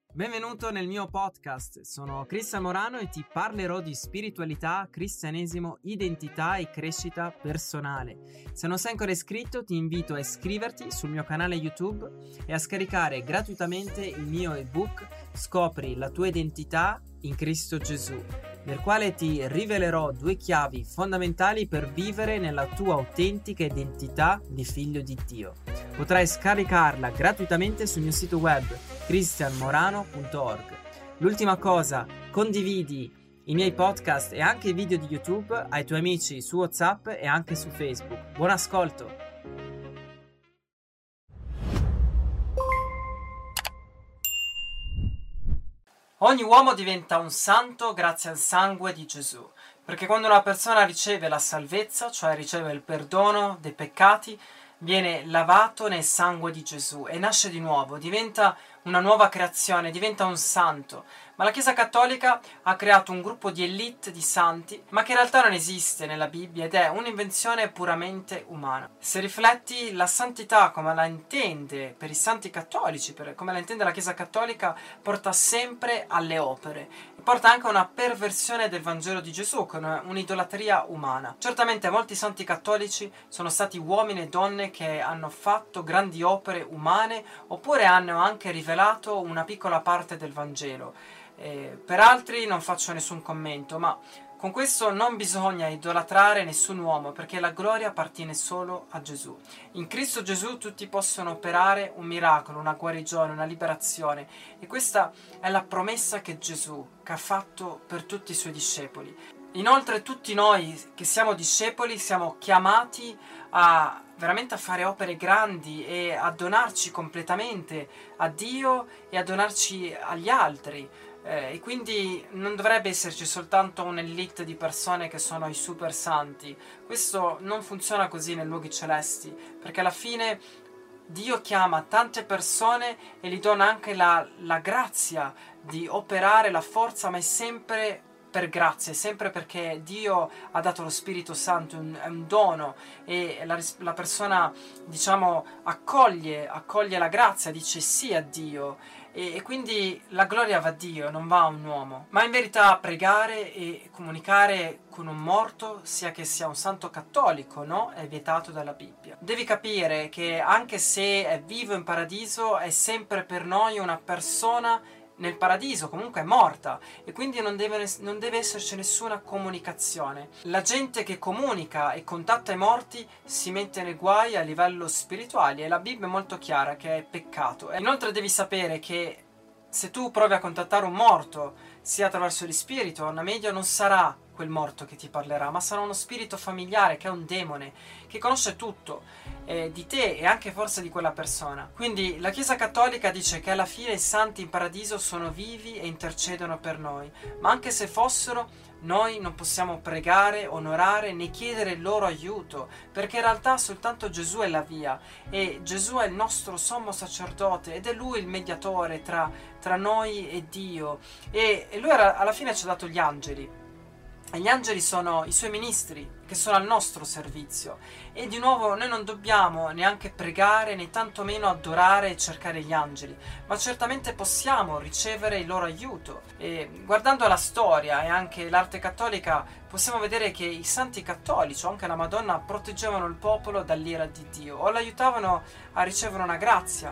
Benvenuto nel mio podcast, sono Cristian Morano e ti parlerò di spiritualità, cristianesimo, identità e crescita personale. Se non sei ancora iscritto ti invito a iscriverti sul mio canale YouTube e a scaricare gratuitamente il mio ebook Scopri la tua identità in Cristo Gesù, nel quale ti rivelerò 2 chiavi fondamentali per vivere nella tua autentica identità di figlio di Dio. Potrai scaricarla gratuitamente sul mio sito web cristianmorano.org. L'ultima cosa, condividi i miei podcast e anche i video di YouTube ai tuoi amici su WhatsApp e anche su Facebook. Buon ascolto! Ogni uomo diventa un santo grazie al sangue di Gesù, perché quando una persona riceve la salvezza, cioè riceve il perdono dei peccati, viene lavato nel sangue di Gesù e nasce di nuovo, diventa una nuova creazione, diventa un santo. Ma la Chiesa Cattolica ha creato un gruppo di elite di santi, ma che in realtà non esiste nella Bibbia ed è un'invenzione puramente umana. Se rifletti, la santità come la intende per i santi cattolici, come la intende la Chiesa Cattolica, porta sempre alle opere. Porta anche a una perversione del Vangelo di Gesù, con un'idolatria umana. Certamente molti santi cattolici sono stati uomini e donne che hanno fatto grandi opere umane, oppure hanno anche rivelato una piccola parte del Vangelo. Per altri non faccio nessun commento, ma con questo non bisogna idolatrare nessun uomo, perché la gloria appartiene solo a Gesù. In Cristo Gesù tutti possono operare un miracolo, una guarigione, una liberazione, e questa è la promessa che Gesù ha fatto per tutti i suoi discepoli. Inoltre tutti noi che siamo discepoli siamo chiamati a veramente a fare opere grandi e a donarci completamente a Dio e a donarci agli altri. E quindi non dovrebbe esserci soltanto un'elite di persone che sono i super santi. Questo non funziona così nei luoghi celesti, perché alla fine Dio chiama tante persone e gli dona anche la grazia di operare la forza, ma è sempre per grazia, sempre perché Dio ha dato lo Spirito Santo, è un dono, e la persona, diciamo, accoglie la grazia, dice sì a Dio, e quindi la gloria va a Dio, non va a un uomo. Ma in verità pregare e comunicare con un morto, sia che sia un santo cattolico, no? È vietato dalla Bibbia. Devi capire che anche se è vivo in paradiso, è sempre per noi una persona nel paradiso, comunque è morta, e quindi non deve esserci nessuna comunicazione. La gente che comunica e contatta i morti si mette nei guai a livello spirituale, e la Bibbia è molto chiara che è peccato. Inoltre devi sapere che se tu provi a contattare un morto, sia attraverso gli spiriti o una media, non sarà quel morto che ti parlerà, ma sarà uno spirito familiare, che è un demone, che conosce tutto di te e anche forse di quella persona. Quindi la Chiesa Cattolica dice che alla fine i santi in paradiso sono vivi e intercedono per noi, ma anche se fossero, noi non possiamo pregare, onorare né chiedere il loro aiuto, perché in realtà soltanto Gesù è la via, e Gesù è il nostro sommo sacerdote ed è Lui il mediatore tra noi e Dio, e Lui alla fine ci ha dato gli angeli. E gli angeli sono i suoi ministri, che sono al nostro servizio, e di nuovo noi non dobbiamo neanche pregare né tantomeno adorare e cercare gli angeli, ma certamente possiamo ricevere il loro aiuto. E guardando la storia e anche l'arte cattolica possiamo vedere che i santi cattolici o anche la Madonna proteggevano il popolo dall'ira di Dio, o l'aiutavano a ricevere una grazia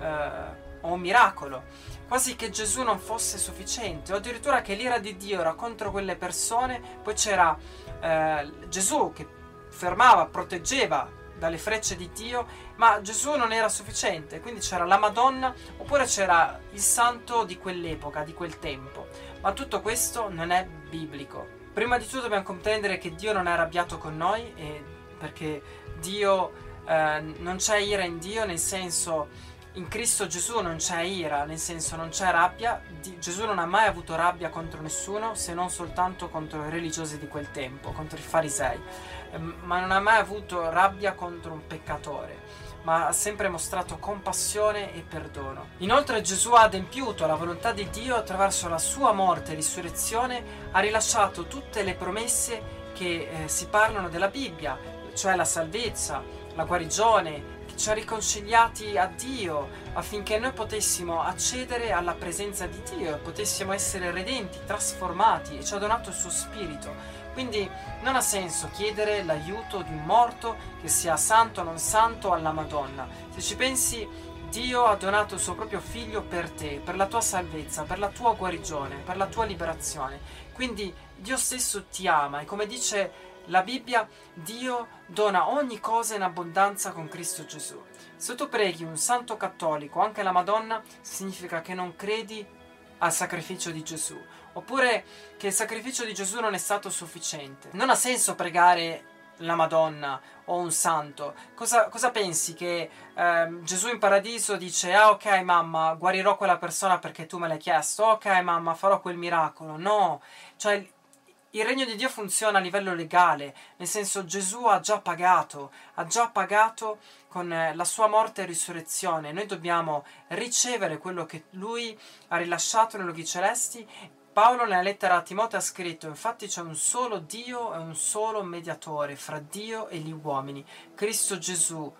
o un miracolo, quasi che Gesù non fosse sufficiente, o addirittura che l'ira di Dio era contro quelle persone. Poi c'era Gesù che fermava, proteggeva dalle frecce di Dio, ma Gesù non era sufficiente, quindi c'era la Madonna oppure c'era il santo di quell'epoca, di quel tempo. Ma tutto questo non è biblico. Prima di tutto dobbiamo comprendere che Dio non è arrabbiato con noi, perché Dio non c'è ira in Dio, nel senso, in Cristo Gesù non c'è ira, nel senso non c'è rabbia. Gesù non ha mai avuto rabbia contro nessuno, se non soltanto contro i religiosi di quel tempo, contro i farisei, ma non ha mai avuto rabbia contro un peccatore, ma ha sempre mostrato compassione e perdono. Inoltre Gesù ha adempiuto la volontà di Dio attraverso la sua morte e risurrezione, ha rilasciato tutte le promesse che si parlano della Bibbia, cioè la salvezza, la guarigione, ci ha riconciliati a Dio affinché noi potessimo accedere alla presenza di Dio e potessimo essere redenti, trasformati, e ci ha donato il suo spirito. Quindi non ha senso chiedere l'aiuto di un morto, che sia santo o non santo, alla Madonna. Se ci pensi, Dio ha donato il suo proprio figlio per te, per la tua salvezza, per la tua guarigione, per la tua liberazione. Quindi Dio stesso ti ama, e come dice la Bibbia, Dio dona ogni cosa in abbondanza con Cristo Gesù. Se tu preghi un santo cattolico, anche la Madonna, significa che non credi al sacrificio di Gesù, oppure che il sacrificio di Gesù non è stato sufficiente. Non ha senso pregare la Madonna o un santo. Cosa pensi? Che Gesù in paradiso dice: ah, ok mamma, guarirò quella persona perché tu me l'hai chiesto, ok mamma, farò quel miracolo? No, cioè il regno di Dio funziona a livello legale, nel senso Gesù ha già pagato con la sua morte e risurrezione. Noi dobbiamo ricevere quello che Lui ha rilasciato nei luoghi celesti. Paolo nella lettera a Timoteo ha scritto: infatti c'è un solo Dio e un solo mediatore fra Dio e gli uomini, Cristo Gesù.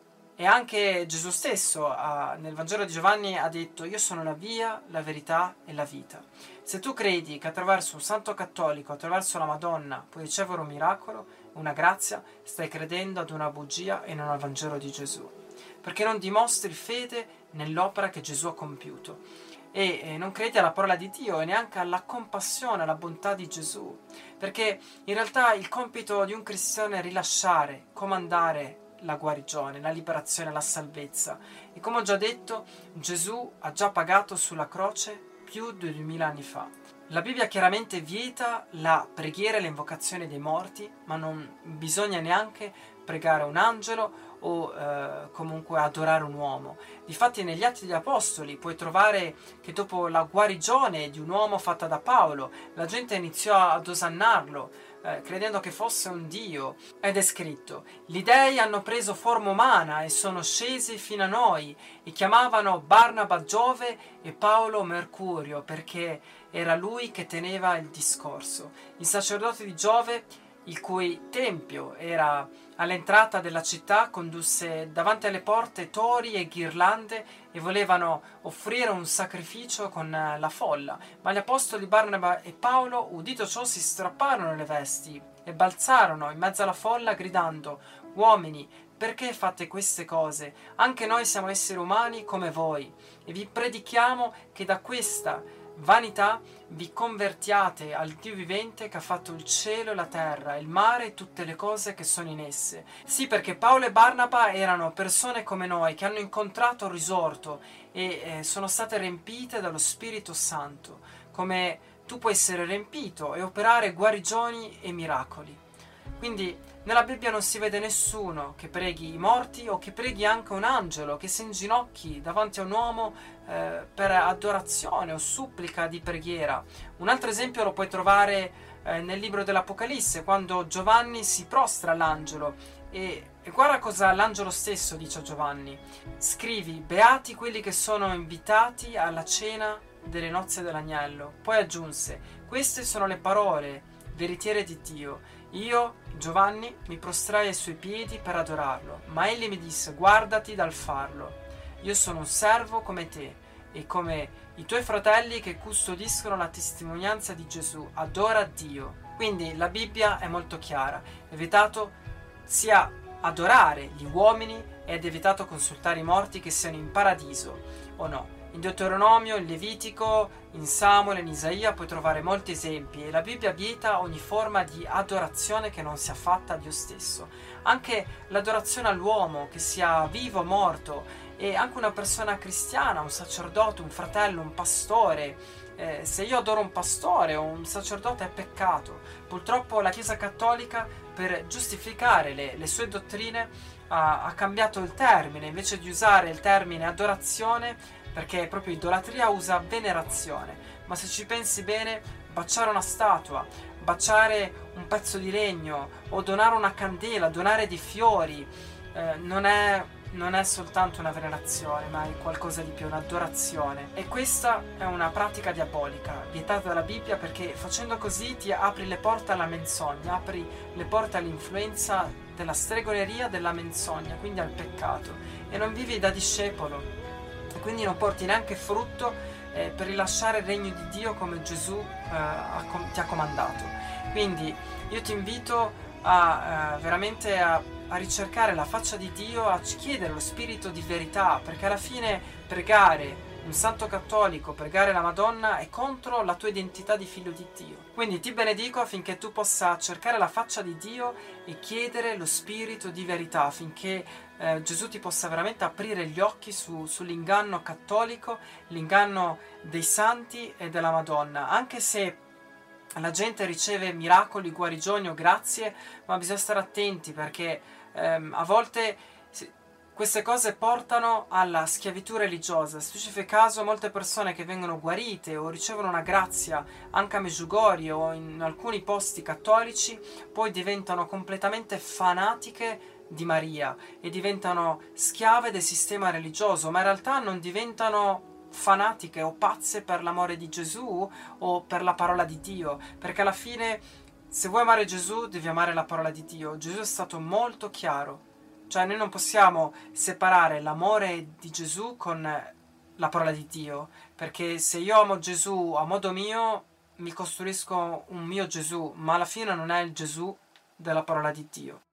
E anche Gesù stesso nel Vangelo di Giovanni ha detto: io sono la via, la verità e la vita. Se tu credi che attraverso un santo cattolico, attraverso la Madonna, puoi ricevere un miracolo, una grazia, stai credendo ad una bugia e non al Vangelo di Gesù, perché non dimostri fede nell'opera che Gesù ha compiuto e non credi alla parola di Dio e neanche alla compassione, alla bontà di Gesù, perché in realtà il compito di un cristiano è rilasciare, comandare la guarigione, la liberazione, la salvezza. E come ho già detto, Gesù ha già pagato sulla croce più di 2000 anni fa. La Bibbia chiaramente vieta la preghiera e l'invocazione dei morti, ma non bisogna neanche pregare un angelo o comunque adorare un uomo. Difatti negli Atti degli Apostoli puoi trovare che dopo la guarigione di un uomo fatta da Paolo, la gente iniziò ad osannarlo, credendo che fosse un dio, ed è scritto: gli dei hanno preso forma umana e sono scesi fino a noi, e chiamavano Barnaba Giove e Paolo Mercurio, perché era lui che teneva il discorso. Il sacerdote di Giove, il cui tempio era all'entrata della città, condusse davanti alle porte tori e ghirlande e volevano offrire un sacrificio con la folla, ma gli apostoli Barnaba e Paolo, udito ciò, si strapparono le vesti e balzarono in mezzo alla folla gridando: uomini, perché fate queste cose? Anche noi siamo esseri umani come voi, e vi predichiamo che da questa vanità vi convertiate al Dio vivente, che ha fatto il cielo e la terra, il mare e tutte le cose che sono in esse. Sì, perché Paolo e Barnaba erano persone come noi, che hanno incontrato il risorto e sono state riempite dallo Spirito Santo, come tu puoi essere riempito e operare guarigioni e miracoli. Quindi nella Bibbia non si vede nessuno che preghi i morti o che preghi anche un angelo, che si inginocchi davanti a un uomo per adorazione o supplica di preghiera. Un altro esempio lo puoi trovare nel libro dell'Apocalisse, quando Giovanni si prostra all'angelo e guarda cosa l'angelo stesso dice a Giovanni: scrivi: beati quelli che sono invitati alla cena delle nozze dell'agnello. Poi aggiunse: queste sono le parole veritiere di Dio. Io, Giovanni, mi prostrai ai suoi piedi per adorarlo, ma egli mi disse: guardati dal farlo. Io sono un servo come te e come i tuoi fratelli che custodiscono la testimonianza di Gesù. Adora Dio. Quindi la Bibbia è molto chiara: è vietato sia adorare gli uomini ed è vietato consultare i morti, che siano in paradiso o no. In Deuteronomio, in Levitico, in Samuele, in Isaia puoi trovare molti esempi, e la Bibbia vieta ogni forma di adorazione che non sia fatta a Dio stesso. Anche l'adorazione all'uomo, che sia vivo o morto, e anche una persona cristiana, un sacerdote, un fratello, un pastore. Se io adoro un pastore o un sacerdote è peccato. Purtroppo la Chiesa Cattolica, per giustificare le sue dottrine, ha cambiato il termine. Invece di usare il termine adorazione, perché proprio idolatria, usa venerazione. Ma se ci pensi bene, baciare una statua, baciare un pezzo di legno o donare una candela, donare dei fiori, non è soltanto una venerazione, ma è qualcosa di più, un'adorazione. E questa è una pratica diabolica, vietata dalla Bibbia, perché facendo così ti apri le porte alla menzogna, apri le porte all'influenza della stregoneria, della menzogna, quindi al peccato, e non vivi da discepolo, e quindi non porti neanche frutto per rilasciare il regno di Dio come Gesù ti ha comandato. Quindi io ti invito veramente a ricercare la faccia di Dio, a chiedere lo spirito di verità, perché alla fine pregare un santo cattolico, pregare la Madonna è contro la tua identità di figlio di Dio. Quindi ti benedico affinché tu possa cercare la faccia di Dio e chiedere lo spirito di verità, affinché Gesù ti possa veramente aprire gli occhi sull'inganno cattolico, l'inganno dei santi e della Madonna, anche se la gente riceve miracoli, guarigioni o grazie, ma bisogna stare attenti, perché a volte queste cose portano alla schiavitù religiosa. Se tu ci fai caso, molte persone che vengono guarite o ricevono una grazia anche a Medjugorje o in alcuni posti cattolici, poi diventano completamente fanatiche di Maria e diventano schiave del sistema religioso, ma in realtà non diventano fanatiche o pazze per l'amore di Gesù o per la parola di Dio, perché alla fine, se vuoi amare Gesù, devi amare la parola di Dio. Gesù è stato molto chiaro. Cioè noi non possiamo separare l'amore di Gesù con la parola di Dio, perché se io amo Gesù a modo mio, mi costruisco un mio Gesù, ma alla fine non è il Gesù della parola di Dio.